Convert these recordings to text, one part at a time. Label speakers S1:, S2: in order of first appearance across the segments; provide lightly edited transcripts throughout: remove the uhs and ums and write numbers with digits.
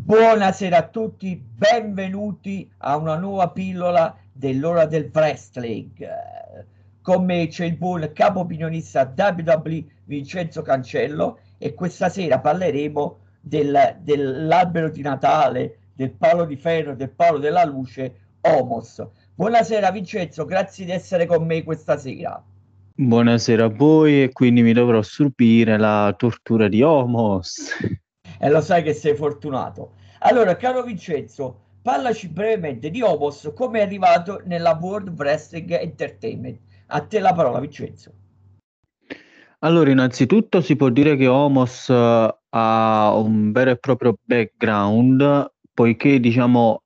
S1: Buonasera a tutti, benvenuti a una nuova pillola dell'ora del wrestling. Con me c'è il buon capo opinionista WWE Vincenzo Cancello e questa sera parleremo dell'albero di Natale, del palo di ferro, del palo della luce, Omos. Buonasera Vincenzo, grazie di essere con me questa sera.
S2: Buonasera a voi e quindi mi dovrò subire la tortura di Homos.
S1: E lo sai che sei fortunato. Allora, caro Vincenzo, parlaci brevemente di Omos, come è arrivato nella World Wrestling Entertainment. A te la parola, Vincenzo.
S2: Allora, innanzitutto si può dire che Homos ha un vero e proprio background, poiché diciamo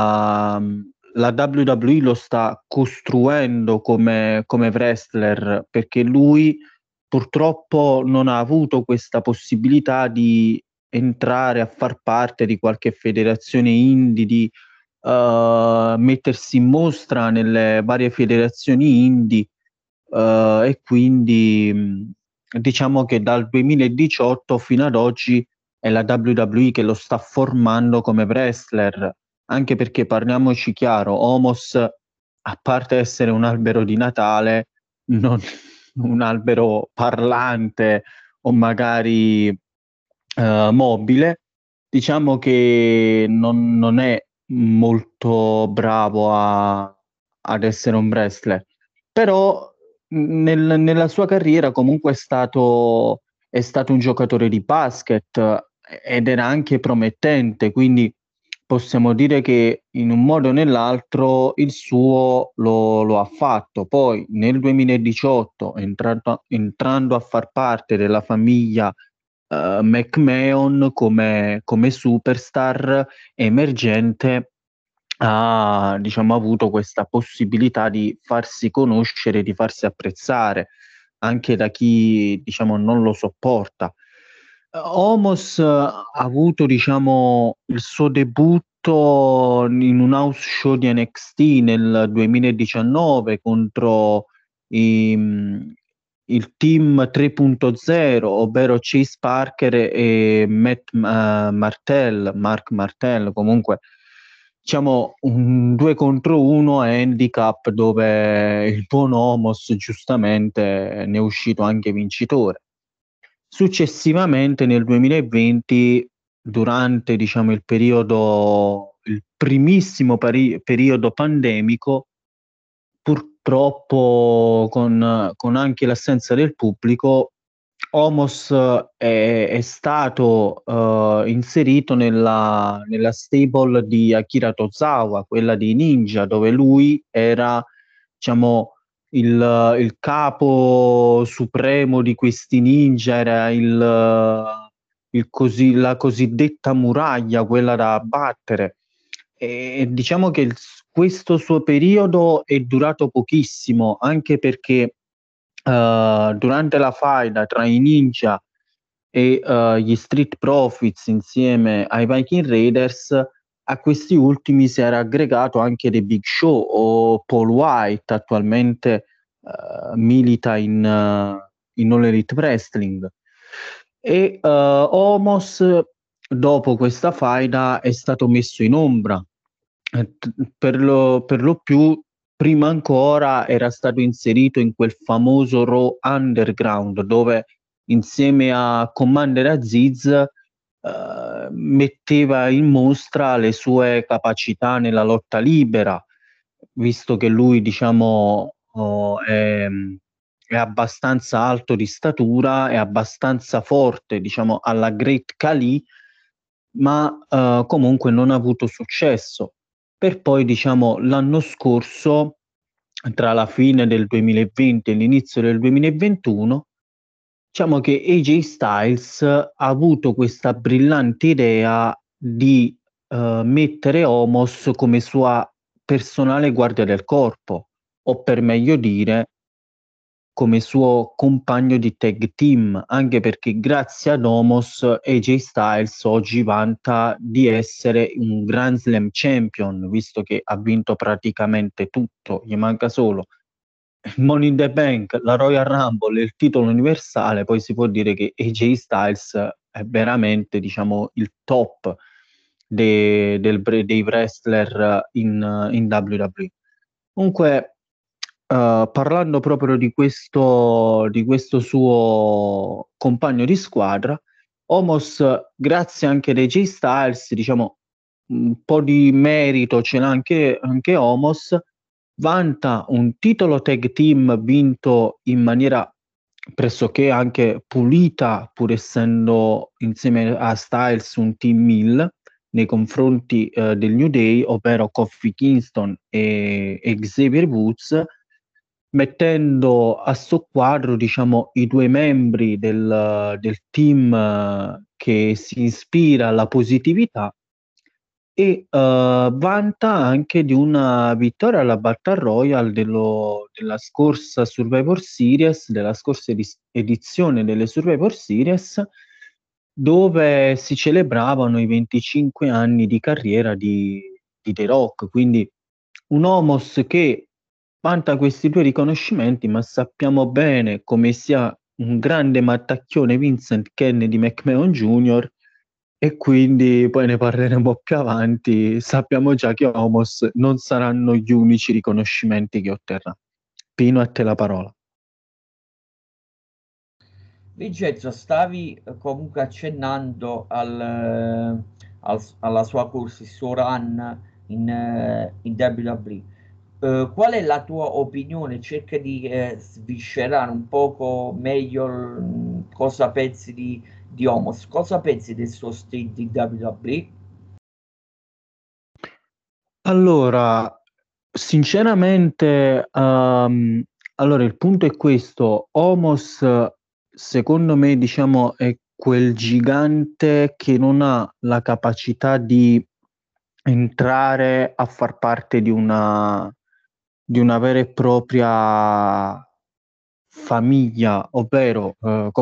S2: la WWE lo sta costruendo come wrestler, perché lui purtroppo non ha avuto questa possibilità di entrare a far parte di qualche federazione indie, di mettersi in mostra nelle varie federazioni indie, e quindi diciamo che dal 2018 fino ad oggi è la WWE che lo sta formando come wrestler, anche perché parliamoci chiaro, Omos, a parte essere un albero di Natale, non un albero parlante o magari mobile, diciamo che non è molto bravo ad essere un wrestler, però nella sua carriera comunque è stato un giocatore di basket, ed era anche promettente, quindi possiamo dire che in un modo o nell'altro il suo lo ha fatto. Poi nel 2018, entrando a far parte della famiglia McMahon come superstar emergente, ha, diciamo, avuto questa possibilità di farsi conoscere, di farsi apprezzare anche da chi, diciamo, non lo sopporta. Omos ha avuto, diciamo, il suo debutto in un house show di NXT nel 2019 contro i, il team 3.0, ovvero Chase Parker e Mark Martel, comunque diciamo un 2 contro 1 a handicap, dove il buon Omos giustamente ne è uscito anche vincitore. Successivamente nel 2020, durante diciamo il primissimo periodo pandemico, purtroppo con anche l'assenza del pubblico, Omos è stato inserito nella stable di Akira Tozawa, quella di Ninja, dove lui era, diciamo, il capo supremo di questi ninja, era la cosiddetta muraglia, quella da abbattere. E diciamo che questo suo periodo è durato pochissimo, anche perché durante la faida tra i ninja e gli Street Profits insieme ai Viking Raiders, a questi ultimi si era aggregato anche The Big Show o Paul White, attualmente milita in All Elite Wrestling. E Omos, dopo questa faida, è stato messo in ombra. Per lo più, prima ancora era stato inserito in quel famoso Raw Underground, dove insieme a Commander Aziz metteva in mostra le sue capacità nella lotta libera, visto che lui, diciamo, è abbastanza alto di statura, è abbastanza forte, diciamo, alla Great Khali, ma comunque non ha avuto successo. Per poi, diciamo, l'anno scorso, tra la fine del 2020 e l'inizio del 2021, diciamo che AJ Styles ha avuto questa brillante idea di mettere Omos come sua personale guardia del corpo, o per meglio dire come suo compagno di tag team, anche perché grazie ad Omos AJ Styles oggi vanta di essere un Grand Slam Champion, visto che ha vinto praticamente tutto, gli manca solo il Money in the Bank, la Royal Rumble e il titolo universale. Poi si può dire che AJ Styles è veramente, diciamo, il top dei wrestler in WWE. Comunque, parlando proprio di questo suo compagno di squadra, Omos, grazie anche ad AJ Styles, diciamo, un po' di merito ce l'ha anche Omos, vanta un titolo tag team vinto in maniera pressoché anche pulita, pur essendo insieme a Styles un team heel nei confronti del New Day, ovvero Kofi Kingston e Xavier Woods, mettendo a soqquadro, diciamo, i due membri del team che si ispira alla positività e vanta anche di una vittoria alla Battle Royale della scorsa Survivor Series, della scorsa edizione delle Survivor Series, dove si celebravano i 25 anni di carriera di The Rock, quindi un Omos che vanta questi due riconoscimenti, ma sappiamo bene come sia un grande mattacchione Vincent Kennedy McMahon Jr., e quindi poi ne parleremo più avanti. Sappiamo già che Homos non saranno gli unici riconoscimenti che otterrà. Pino, a te la parola.
S1: Vincenzo, stavi comunque accennando alla sua corsa, il suo run in WWE. Qual è la tua opinione? Cerca di sviscerare un poco meglio cosa pensi di Omos, cosa pensi del suo stint in WWE?
S2: Allora, sinceramente, allora il punto è questo. Homos, secondo me, diciamo, è quel gigante che non ha la capacità di entrare a far parte di una vera e propria famiglia, ovvero,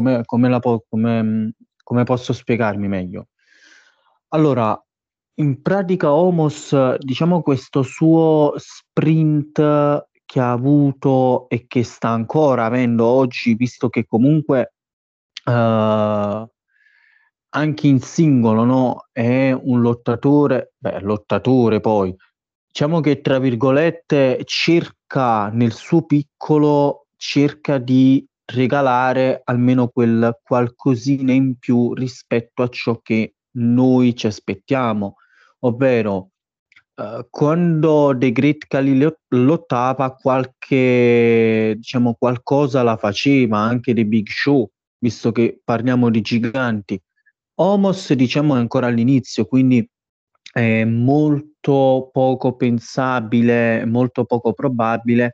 S2: come posso spiegarmi meglio? Allora, in pratica Homos, diciamo questo suo sprint che ha avuto e che sta ancora avendo oggi, visto che comunque anche in singolo, no, è un lottatore poi, diciamo che tra virgolette cerca nel suo piccolo, cerca di regalare almeno quel qualcosina in più rispetto a ciò che noi ci aspettiamo, ovvero quando The Great Khali lottava qualche, diciamo, qualcosa la faceva, anche The Big Show, visto che parliamo di giganti. Homos, diciamo, è ancora all'inizio, quindi è molto poco pensabile, molto poco probabile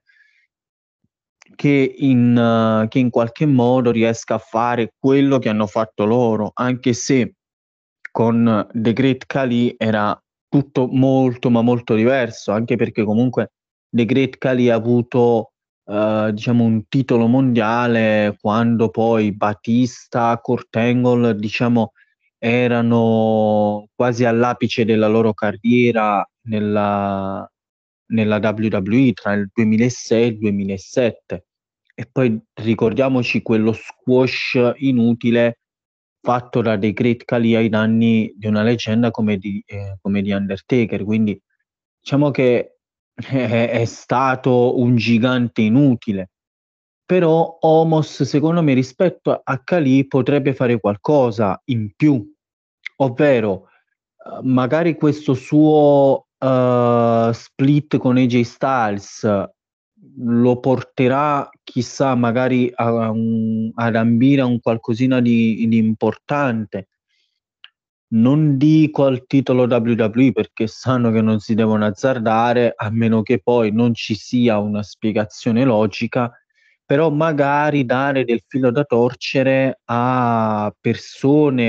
S2: che in qualche modo riesca a fare quello che hanno fatto loro, anche se con The Great Khali era tutto molto ma molto diverso, anche perché comunque The Great Khali ha avuto diciamo un titolo mondiale quando poi Batista, Kurt Angle, diciamo, erano quasi all'apice della loro carriera nella WWE tra il 2006 e il 2007. E poi ricordiamoci quello squash inutile fatto da The Great Khali ai danni di una leggenda come di Undertaker. Quindi diciamo che è stato un gigante inutile. Però Omos, secondo me, rispetto a Khali potrebbe fare qualcosa in più, ovvero magari questo suo split con AJ Styles lo porterà, chissà, magari ad ambire a un qualcosina di importante. Non dico al titolo WWE perché sanno che non si devono azzardare, a meno che poi non ci sia una spiegazione logica, però magari dare del filo da torcere a persone,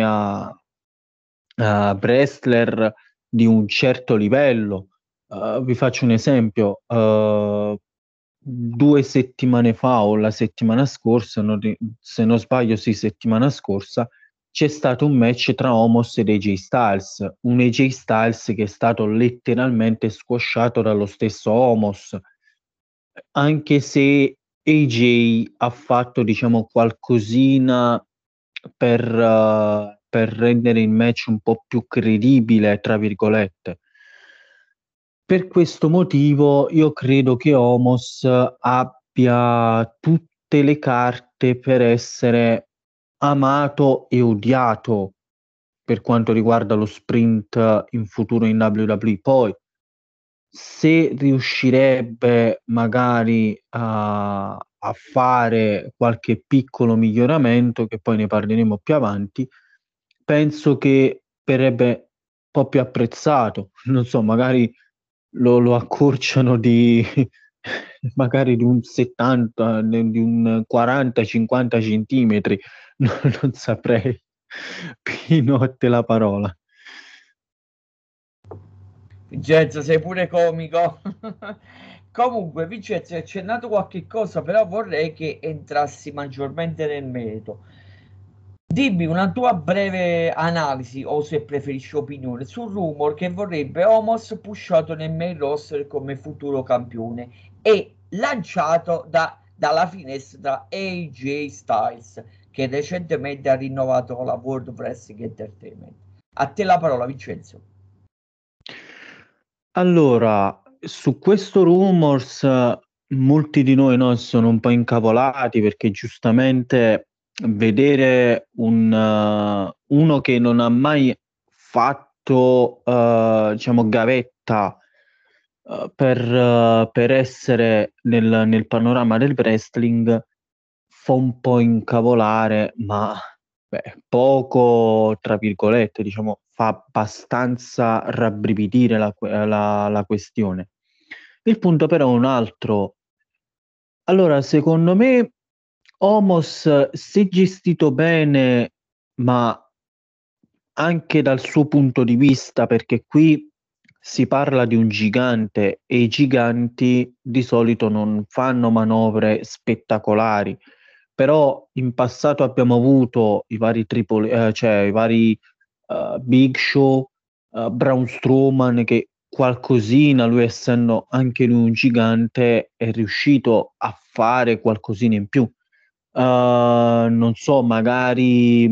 S2: a wrestler di un certo livello. Vi faccio un esempio. 2 settimane fa o la settimana scorsa, se non sbaglio, sì, settimana scorsa, c'è stato un match tra Omos ed AJ Styles, un AJ Styles che è stato letteralmente squasciato dallo stesso Omos, anche se AJ ha fatto, diciamo, qualcosina per per rendere il match un po' più credibile, tra virgolette. Per questo motivo io credo che Omos abbia tutte le carte per essere amato e odiato per quanto riguarda lo sprint in futuro in WWE. Poi, se riuscirebbe magari a fare qualche piccolo miglioramento, che poi ne parleremo più avanti, penso che verrebbe un po' più apprezzato. Non so, magari lo accorciano di magari di un 70, di un 40-50 centimetri, non saprei. Pino, a te la parola.
S1: Vincenzo, sei pure comico. Comunque, Vincenzo, hai accennato qualche cosa, però vorrei che entrassi maggiormente nel merito. Dimmi una tua breve analisi, o se preferisci opinione, sul rumor che vorrebbe Omos pushato nel main roster come futuro campione e lanciato dalla finestra AJ Styles, che recentemente ha rinnovato con la World Wrestling Entertainment. A te la parola, Vincenzo.
S2: Allora, su questo rumors, molti di noi no, sono un po' incavolati perché giustamente vedere uno che non ha mai fatto, diciamo, gavetta per essere nel panorama del wrestling fa un po' incavolare, ma beh, poco, tra virgolette, diciamo, fa abbastanza rabbrividire la questione. Il punto però è un altro. Allora, secondo me, Omos, se gestito bene, ma anche dal suo punto di vista, perché qui si parla di un gigante e i giganti di solito non fanno manovre spettacolari, però in passato abbiamo avuto i vari cioè i vari Big Show, Braun Strowman, che qualcosina, lui essendo anche lui un gigante, è riuscito a fare qualcosina in più. Non so, magari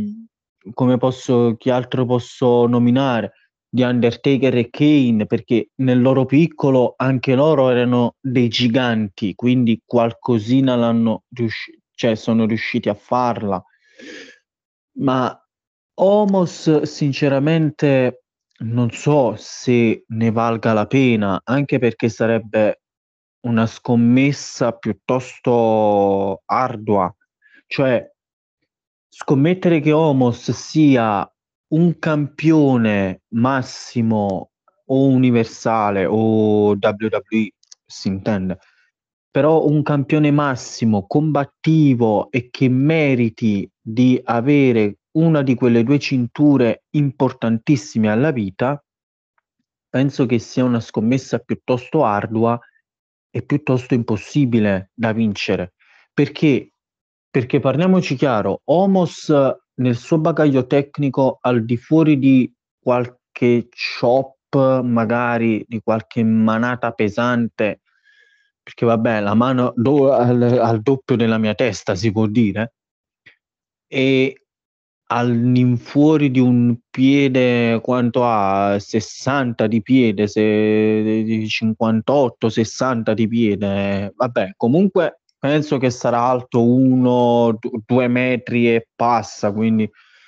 S2: chi altro posso nominare? Di Undertaker e Kane, perché nel loro piccolo anche loro erano dei giganti, quindi qualcosina cioè sono riusciti a farla. Ma Omos, sinceramente, non so se ne valga la pena, anche perché sarebbe una scommessa piuttosto ardua. Cioè, scommettere che Omos sia un campione massimo o universale o WWE, si intende, però un campione massimo combattivo e che meriti di avere una di quelle due cinture importantissime alla vita, penso che sia una scommessa piuttosto ardua e piuttosto impossibile da vincere. Perché? Perché parliamoci chiaro, Omos nel suo bagaglio tecnico, al di fuori di qualche chop, magari di qualche manata pesante, perché vabbè, la mano al doppio della mia testa si può dire, e all'infuori di un piede, quanto ha? 60 di piede, di 58, 60 di piede, vabbè, comunque penso che sarà alto 2 metri e passa, quindi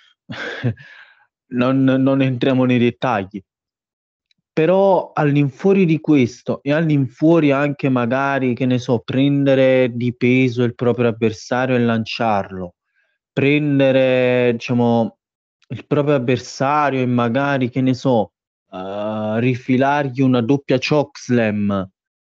S2: non entriamo nei dettagli. Però all'infuori di questo e all'infuori anche magari, che ne so, prendere di peso il proprio avversario e lanciarlo, prendere, diciamo, il proprio avversario e magari, che ne so, rifilargli una doppia chokeslam,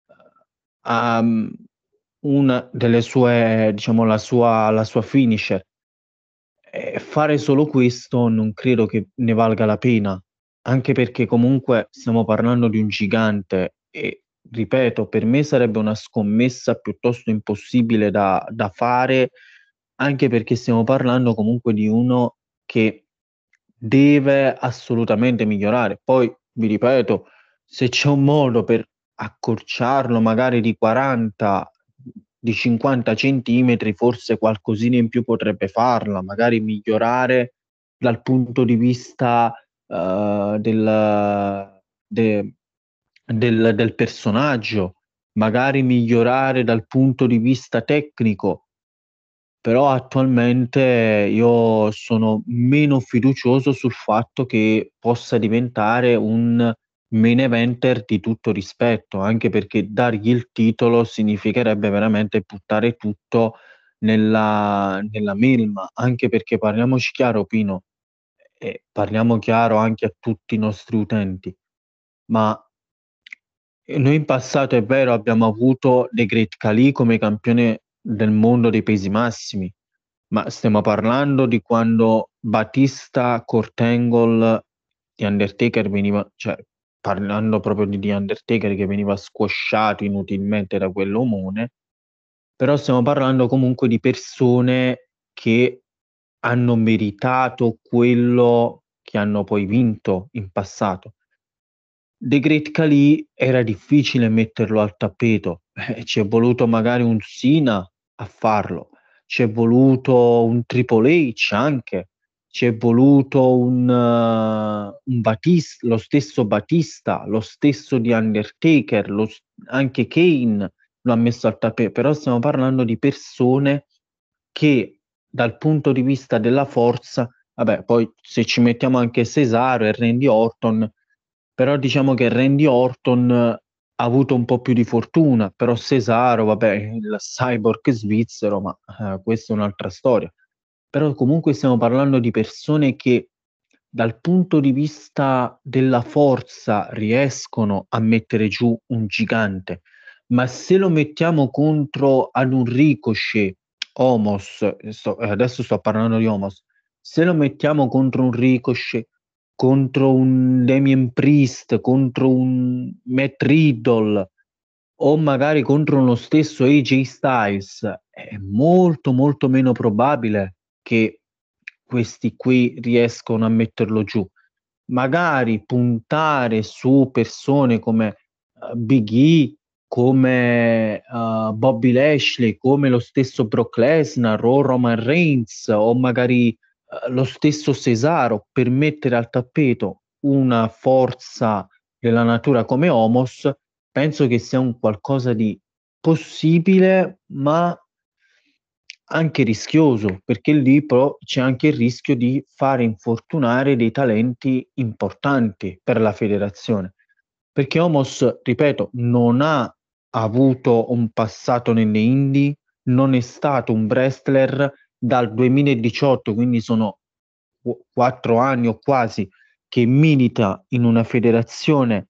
S2: una delle sue, diciamo, la sua finisher. Fare solo questo non credo che ne valga la pena, anche perché comunque stiamo parlando di un gigante e, ripeto, per me sarebbe una scommessa piuttosto impossibile da fare, anche perché stiamo parlando comunque di uno che deve assolutamente migliorare. Poi, vi ripeto, se c'è un modo per accorciarlo magari di 40, di 50 centimetri, forse qualcosina in più potrebbe farla, magari migliorare dal punto di vista del personaggio, magari migliorare dal punto di vista tecnico, però attualmente io sono meno fiducioso sul fatto che possa diventare un main eventer di tutto rispetto, anche perché dargli il titolo significherebbe veramente buttare tutto nella melma, anche perché parliamoci chiaro, Pino, e parliamo chiaro anche a tutti i nostri utenti, ma noi in passato è vero abbiamo avuto The Great Khali come campione del mondo dei pesi massimi, ma stiamo parlando di quando Batista, Kurt Angle, The Undertaker veniva, cioè parlando proprio di The Undertaker che veniva squasciato inutilmente da quell'omone, però stiamo parlando comunque di persone che hanno meritato quello che hanno poi vinto in passato. The Great Khali era difficile metterlo al tappeto, ci è voluto magari un Cena a farlo, ci è voluto un Triple H anche, ci è voluto un Batista, lo stesso Batista, lo stesso di Undertaker, anche Kane lo ha messo al tappeto, però stiamo parlando di persone che dal punto di vista della forza, vabbè, poi se ci mettiamo anche Cesaro e Randy Orton, però diciamo che Randy Orton ha avuto un po' più di fortuna, però Cesaro, vabbè, il cyborg svizzero, ma questa è un'altra storia. Però comunque stiamo parlando di persone che dal punto di vista della forza riescono a mettere giù un gigante, ma se lo mettiamo contro ad un Ricochet, Omos, adesso sto parlando di Omos, se lo mettiamo contro un Ricochet, contro un Damien Priest, contro un Matt Riddle o magari contro uno stesso AJ Styles, è molto molto meno probabile che questi qui riescono a metterlo giù. Magari puntare su persone come Big E, come Bobby Lashley, come lo stesso Brock Lesnar o Roman Reigns o magari lo stesso Cesaro per mettere al tappeto una forza della natura come Omos, penso che sia un qualcosa di possibile, ma anche rischioso, perché lì però c'è anche il rischio di fare infortunare dei talenti importanti per la federazione. Perché Omos, ripeto, non ha avuto un passato nelle indie, non è stato un wrestler dal 2018, quindi sono 4 anni o quasi che milita in una federazione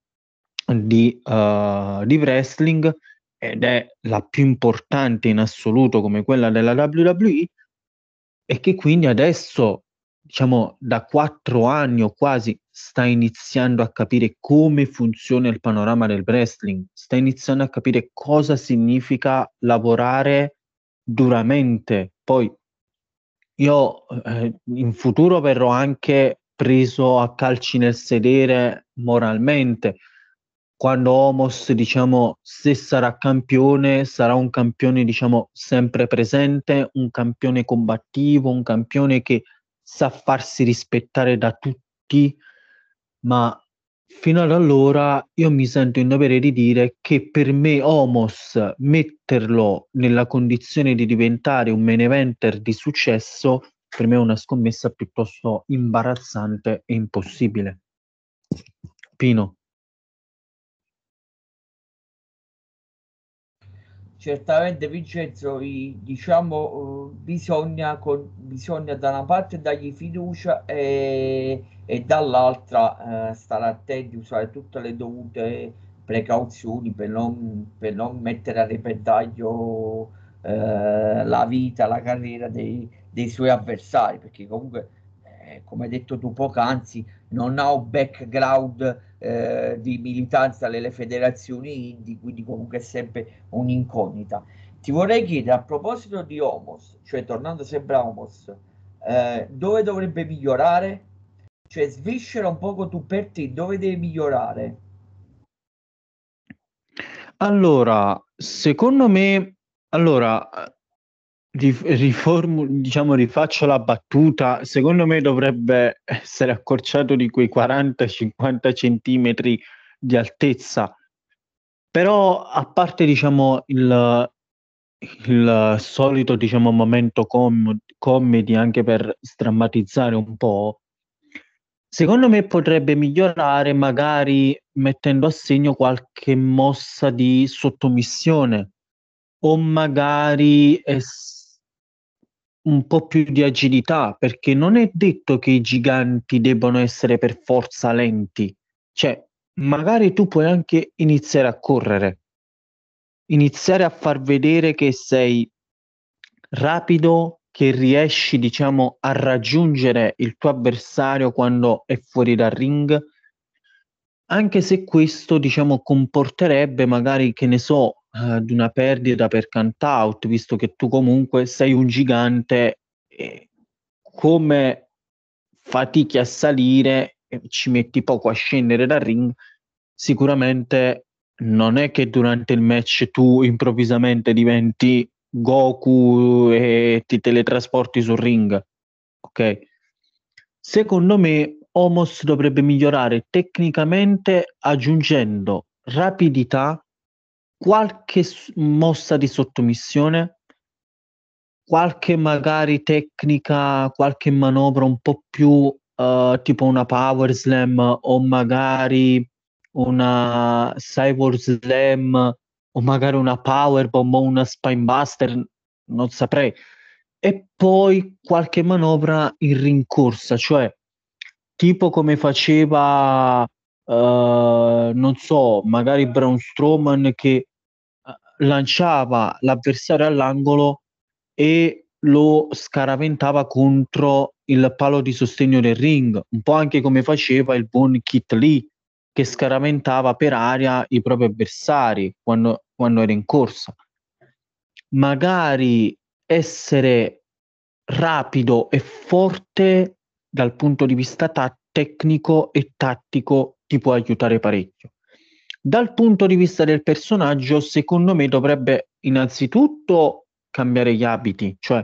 S2: di wrestling ed è la più importante in assoluto come quella della WWE e che quindi adesso, diciamo, da 4 anni o quasi sta iniziando a capire come funziona il panorama del wrestling, sta iniziando a capire cosa significa lavorare duramente. Poi io in futuro verrò anche preso a calci nel sedere moralmente. Quando Omos, diciamo, se sarà un campione, diciamo, sempre presente, un campione combattivo, un campione che sa farsi rispettare da tutti, ma fino ad allora io mi sento in dovere di dire che per me Omos metterlo nella condizione di diventare un main eventer di successo, per me è una scommessa piuttosto imbarazzante e impossibile. Pino.
S1: Certamente Vincenzo, diciamo, bisogna da una parte dargli fiducia e dall'altra stare attenti, usare tutte le dovute precauzioni per non mettere a repentaglio la vita, la carriera dei suoi avversari, perché comunque, come hai detto tu poc'anzi, non ha un background di militanza nelle federazioni indie, quindi comunque è sempre un'incognita. Ti vorrei chiedere a proposito di Homos, cioè tornando sempre a Homos, dove dovrebbe migliorare? Cioè sviscera un poco tu per te dove deve migliorare.
S2: Allora, secondo me, allora, diciamo, rifaccio la battuta. Secondo me dovrebbe essere accorciato di quei 40-50 centimetri di altezza. Però, a parte, diciamo, il solito, diciamo, momento comedy, anche per strammatizzare un po', secondo me potrebbe migliorare magari mettendo a segno qualche mossa di sottomissione o magari un po' più di agilità, perché non è detto che i giganti debbano essere per forza lenti. Cioè, magari tu puoi anche iniziare a correre, iniziare a far vedere che sei rapido, che riesci, diciamo, a raggiungere il tuo avversario quando è fuori dal ring, anche se questo, diciamo, comporterebbe magari, che ne so, di una perdita per count out, visto che tu comunque sei un gigante e come fatichi a salire e ci metti poco a scendere dal ring, sicuramente non è che durante il match tu improvvisamente diventi Goku e ti teletrasporti sul ring, ok? Secondo me Omos dovrebbe migliorare tecnicamente aggiungendo rapidità, qualche mossa di sottomissione, qualche magari tecnica, qualche manovra un po' più tipo una Power Slam o magari una Cyborg Slam o magari una Powerbomb o una Spinebuster, non saprei. E poi qualche manovra in rincorsa, cioè tipo come faceva, non so, magari Braun Strowman che lanciava l'avversario all'angolo e lo scaraventava contro il palo di sostegno del ring, un po' anche come faceva il buon Kit Lee, che scaraventava per aria i propri avversari quando era in corsa. Magari essere rapido e forte dal punto di vista tecnico e tattico ti può aiutare parecchio. Dal punto di vista del personaggio, secondo me dovrebbe innanzitutto cambiare gli abiti, cioè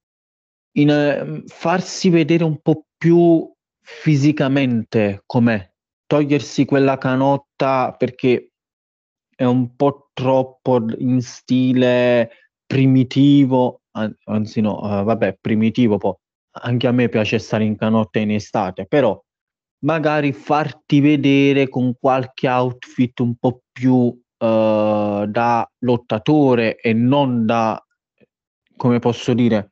S2: farsi vedere un po' più fisicamente com'è, togliersi quella canotta perché è un po' troppo in stile primitivo, anzi no, vabbè, primitivo poi. Anche a me piace stare in canotta in estate, però magari farti vedere con qualche outfit un po' più da lottatore e non da, come posso dire,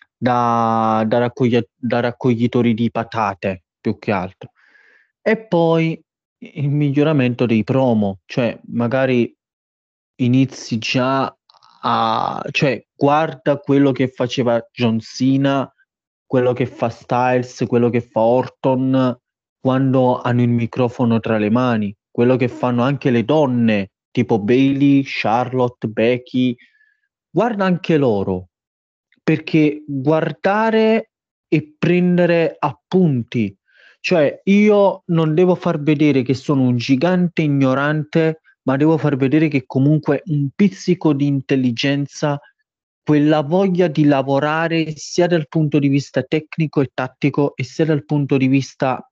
S2: da raccoglitori di patate, più che altro. E poi il miglioramento dei promo, cioè magari inizi già cioè guarda quello che faceva John Cena, quello che fa Styles, quello che fa Orton quando hanno il microfono tra le mani, quello che fanno anche le donne, tipo Bailey, Charlotte, Becky, guarda anche loro, perché guardare e prendere appunti, cioè io non devo far vedere che sono un gigante ignorante, ma devo far vedere che comunque un pizzico di intelligenza, quella voglia di lavorare sia dal punto di vista tecnico e tattico e sia dal punto di vista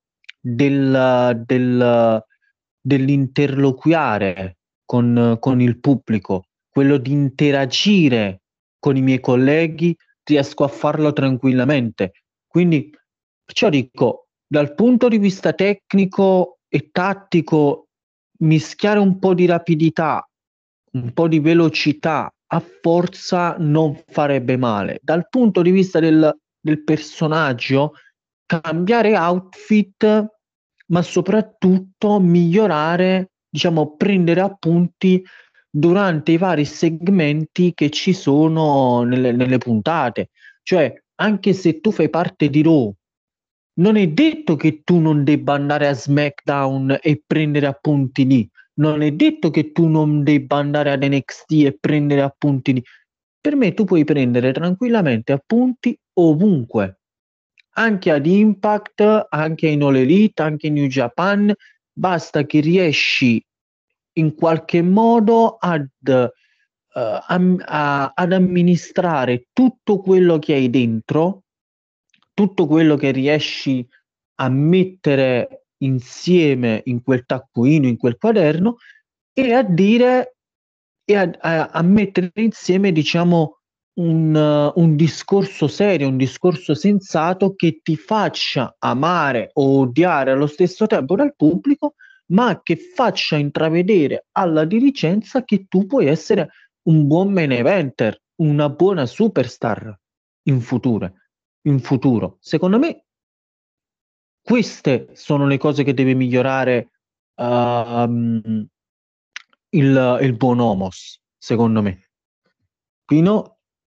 S2: dell'interloquiare con il pubblico, quello di interagire con i miei colleghi, riesco a farlo tranquillamente. Quindi, perciò dico, dal punto di vista tecnico e tattico, mischiare un po' di rapidità, un po' di velocità a forza non farebbe male. Dal punto di vista del personaggio, cambiare outfit, ma soprattutto migliorare, diciamo, prendere appunti durante i vari segmenti che ci sono nelle puntate. Cioè, anche se tu fai parte di Raw, non è detto che tu non debba andare a SmackDown e prendere appunti lì. Non è detto che tu non debba andare ad NXT e prendere appunti lì. Per me tu puoi prendere tranquillamente appunti ovunque, anche ad Impact, anche in All Elite, anche in New Japan, basta che riesci in qualche modo ad ad amministrare tutto quello che hai dentro, tutto quello che riesci a mettere insieme in quel taccuino, in quel quaderno, e a dire e a mettere insieme, diciamo, un discorso serio, un discorso sensato che ti faccia amare o odiare allo stesso tempo dal pubblico, ma che faccia intravedere alla dirigenza che tu puoi essere un buon main eventer, una buona superstar in futuro. In futuro. Secondo me queste sono le cose che deve migliorare ehm, il buon Homos, secondo me. Pino,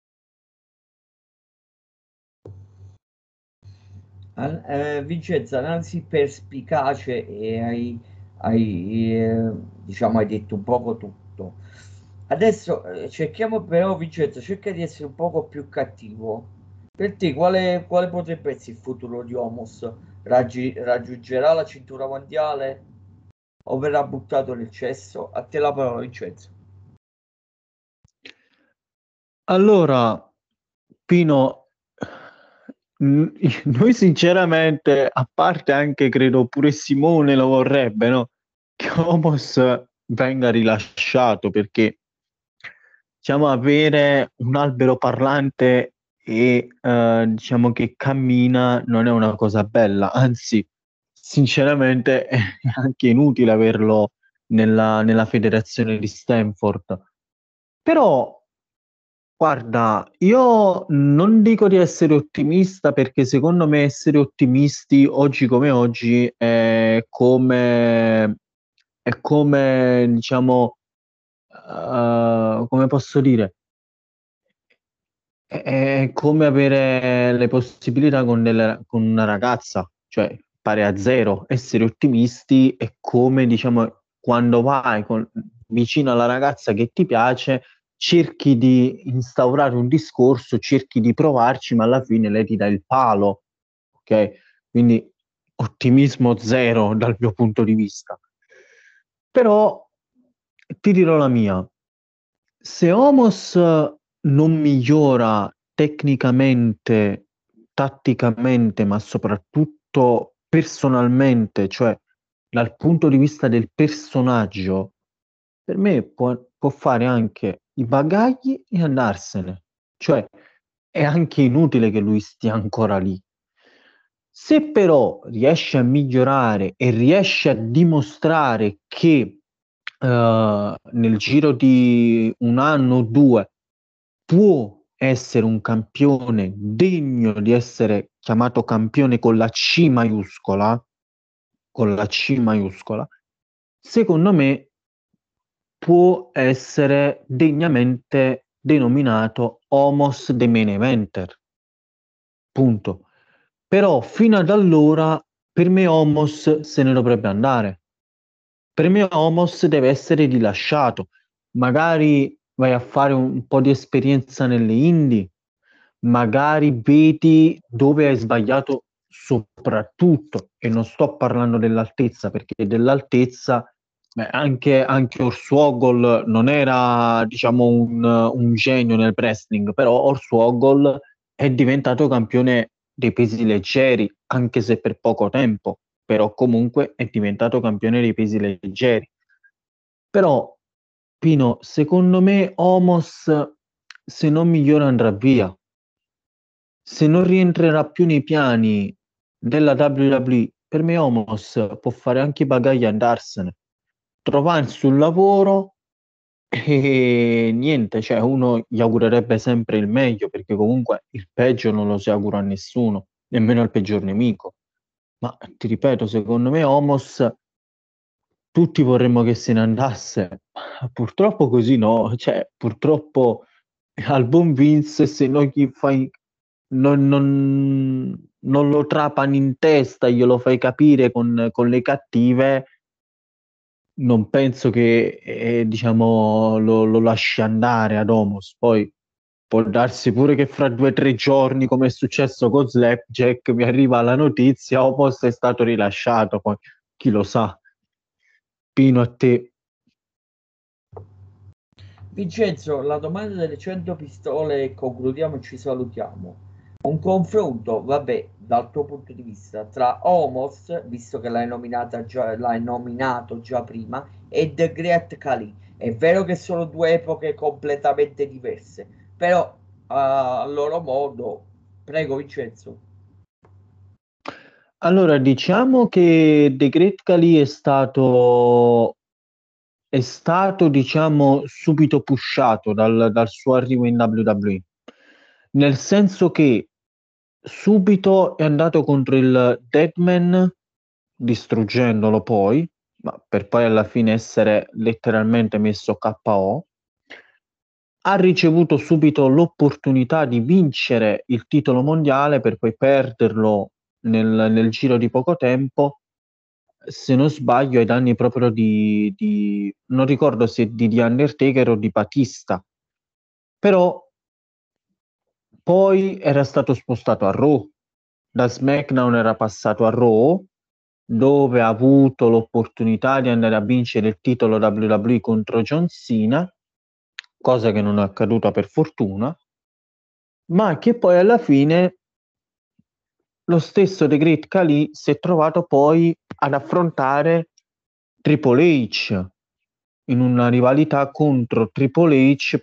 S1: Vincenzo, analisi perspicace e diciamo, hai detto un poco tutto. Adesso cerchiamo però, Vincenzo, cerca di essere un poco più cattivo. Per te, quale potrebbe essere il futuro di Homos? Raggiungerà la cintura mondiale o verrà buttato nel cesso? A te la parola, Vincenzo.
S2: allora, Pino, noi sinceramente, a parte anche credo pure Simone lo vorrebbe, no? Che Homos venga rilasciato perché diciamo avere un albero parlante e diciamo che cammina non è una cosa bella, anzi, sinceramente è anche inutile averlo nella federazione di Stanford. Però, guarda, io non dico di essere ottimista perché secondo me essere ottimisti oggi come oggi è come, diciamo, come posso dire, è come avere le possibilità con una ragazza, cioè pare a zero. Essere ottimisti è come, diciamo, quando vai vicino alla ragazza che ti piace, cerchi di instaurare un discorso, cerchi di provarci, ma alla fine lei ti dà il palo, ok? Quindi ottimismo zero dal mio punto di vista. Però ti dirò la mia. Se Homos non migliora tecnicamente, tatticamente, ma soprattutto personalmente, cioè dal punto di vista del personaggio, per me può fare anche i bagagli e andarsene. Cioè è anche inutile che lui stia ancora lì. Se però riesce a migliorare e riesce a dimostrare che nel giro di un anno o due può essere un campione degno di essere chiamato campione con la C maiuscola, secondo me può essere degnamente denominato Homos de main eventer. Punto. Però fino ad allora per me Homos se ne dovrebbe andare. Per me Homos deve essere rilasciato. Magari vai a fare un po' di esperienza nelle indie, magari vedi dove hai sbagliato soprattutto, e non sto parlando dell'altezza, perché dell'altezza beh, anche Hornswoggle non era, diciamo, un genio nel wrestling, però Hornswoggle è diventato campione dei pesi leggeri, anche se per poco tempo, però comunque è diventato campione dei pesi leggeri. Però, Pino, secondo me Omos, se non migliora, andrà via. Se non rientrerà più nei piani della WWE, per me Omos può fare anche i bagagli e andarsene, trovarsi un lavoro e niente, cioè uno gli augurerebbe sempre il meglio perché comunque il peggio non lo si augura a nessuno, nemmeno al peggior nemico. Ma ti ripeto, secondo me Omos tutti vorremmo che se ne andasse. Purtroppo così no, cioè purtroppo al buon Vince se non gli fai non lo trapani in testa, glielo fai capire con le cattive, non penso che diciamo lo lasci andare ad Homos. Poi può darsi pure che fra 2 o 3 giorni, come è successo con Slapjack, mi arriva la notizia, Homos è stato rilasciato, poi chi lo sa. Pino, a te.
S1: Vincenzo, la domanda delle 100 pistole e concludiamo e ci salutiamo. Un confronto, vabbè, dal tuo punto di vista, tra Omos, visto che l'hai nominato già prima, e The Great Khali. È vero che sono due epoche completamente diverse, però a loro modo, prego Vincenzo.
S2: Allora, diciamo che The Great Khali è stato, diciamo, subito pushato dal suo arrivo in WWE, nel senso che subito è andato contro il Deadman, distruggendolo poi, ma per poi alla fine essere letteralmente messo KO. Ha ricevuto subito l'opportunità di vincere il titolo mondiale per poi perderlo nel giro di poco tempo, se non sbaglio, ai danni proprio non ricordo se di Undertaker o di Batista, però poi era stato spostato a Raw, da SmackDown era passato a Raw, dove ha avuto l'opportunità di andare a vincere il titolo WWE contro John Cena, cosa che non è accaduta per fortuna, ma che poi alla fine lo stesso The Great Khali si è trovato poi ad affrontare Triple H in una rivalità contro Triple H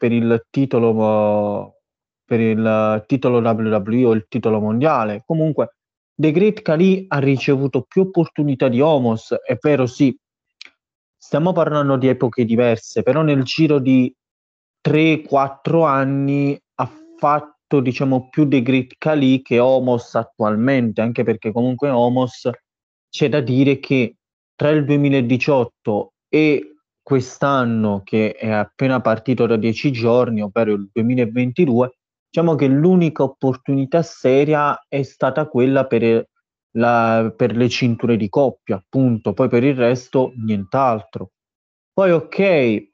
S2: per il titolo WWE o il titolo mondiale. Comunque The Great Khali ha ricevuto più opportunità di Omos, è vero, sì, stiamo parlando di epoche diverse, però nel giro di 3-4 anni ha fatto, diciamo, più The Great Khali che Omos attualmente, anche perché comunque Omos c'è da dire che tra il 2018 e quest'anno, che è appena partito da 10 giorni, ovvero il 2022, diciamo che l'unica opportunità seria è stata quella per le cinture di coppia, appunto, poi per il resto nient'altro. Poi ok,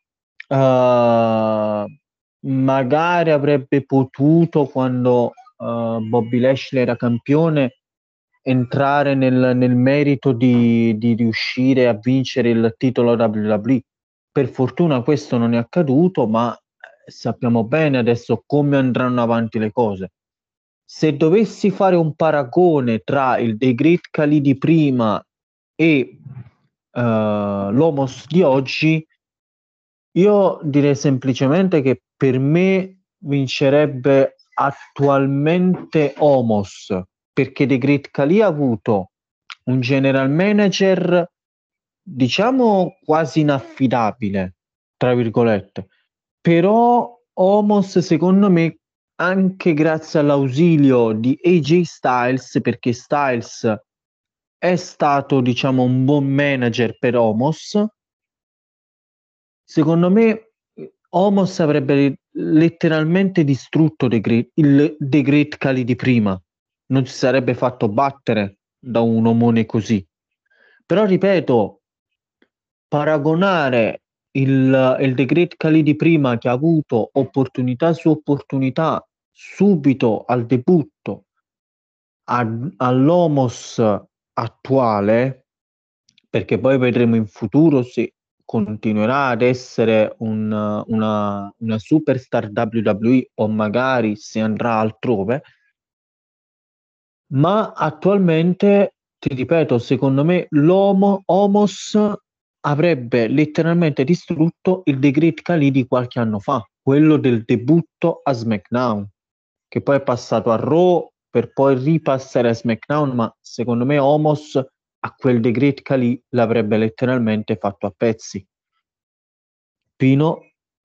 S2: magari avrebbe potuto, quando Bobby Lashley era campione, entrare nel merito di riuscire a vincere il titolo WWE. Per fortuna questo non è accaduto, ma sappiamo bene adesso come andranno avanti le cose. Se dovessi fare un paragone tra il The Great Khali di prima e l'Omos di oggi, io direi semplicemente che per me vincerebbe attualmente Omos, perché The Great Khali ha avuto un general manager, diciamo, quasi inaffidabile, tra virgolette. Però Omos, secondo me, anche grazie all'ausilio di AJ Styles, perché Styles è stato, diciamo, un buon manager per Omos, secondo me Omos avrebbe letteralmente distrutto il The Great Khali di prima. Non si sarebbe fatto battere da un omone così. Però ripeto, paragonare il The Great Khali di prima, che ha avuto opportunità su opportunità subito al debutto, all'Omos attuale, perché poi vedremo in futuro se continuerà ad essere una superstar WWE o magari se andrà altrove, ma attualmente, ti ripeto, secondo me Omos avrebbe letteralmente distrutto il The Great Khali di qualche anno fa, quello del debutto a SmackDown, che poi è passato a Raw per poi ripassare a SmackDown, ma secondo me Omos a quel The Great Khali l'avrebbe letteralmente fatto a pezzi. Pino?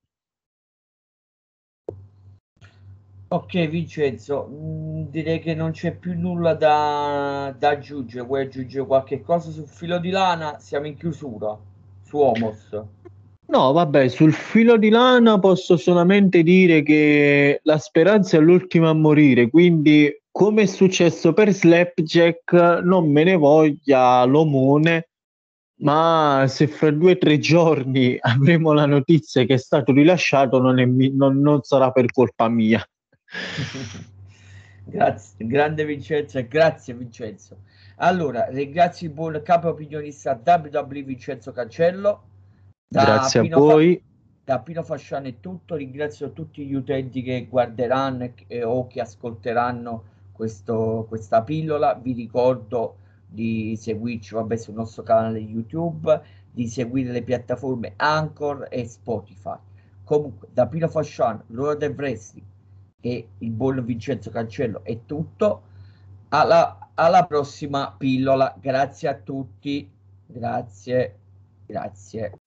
S1: Ok Vincenzo, direi che non c'è più nulla da aggiungere. Vuoi aggiungere qualche cosa sul filo di lana? Siamo in chiusura su Homos.
S2: No, vabbè, sul filo di lana posso solamente dire che la speranza è l'ultima a morire, quindi come è successo per Slapjack, non me ne voglia l'omone, ma se fra 2 o 3 giorni avremo la notizia che è stato rilasciato, non sarà per colpa mia.
S1: Grazie, grande Vincenzo e grazie Vincenzo. Allora, ringrazio il buon capo opinionista WWE Vincenzo Cancello, da
S2: Grazie a voi.
S1: da Pino Fasciano è tutto, ringrazio tutti gli utenti che guarderanno o che ascolteranno questa pillola. Vi ricordo di seguirci, vabbè, sul nostro canale YouTube, di seguire le piattaforme Anchor e Spotify. Comunque, da Pino Fasciano, l'ora del wrestling e il buon Vincenzo Cancello è tutto. Alla prossima pillola. Grazie a tutti. Grazie.